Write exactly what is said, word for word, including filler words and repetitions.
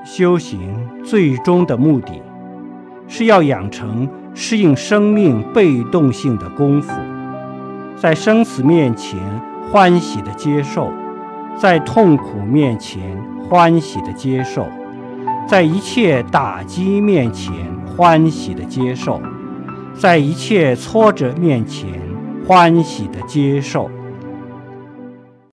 修行最终的目的，是要养成适应生命被动性的功夫，在生死面前欢喜地接受，在痛苦面前欢喜地接受，在一切打击面前欢喜地接受，在一切挫折面前欢喜地接受。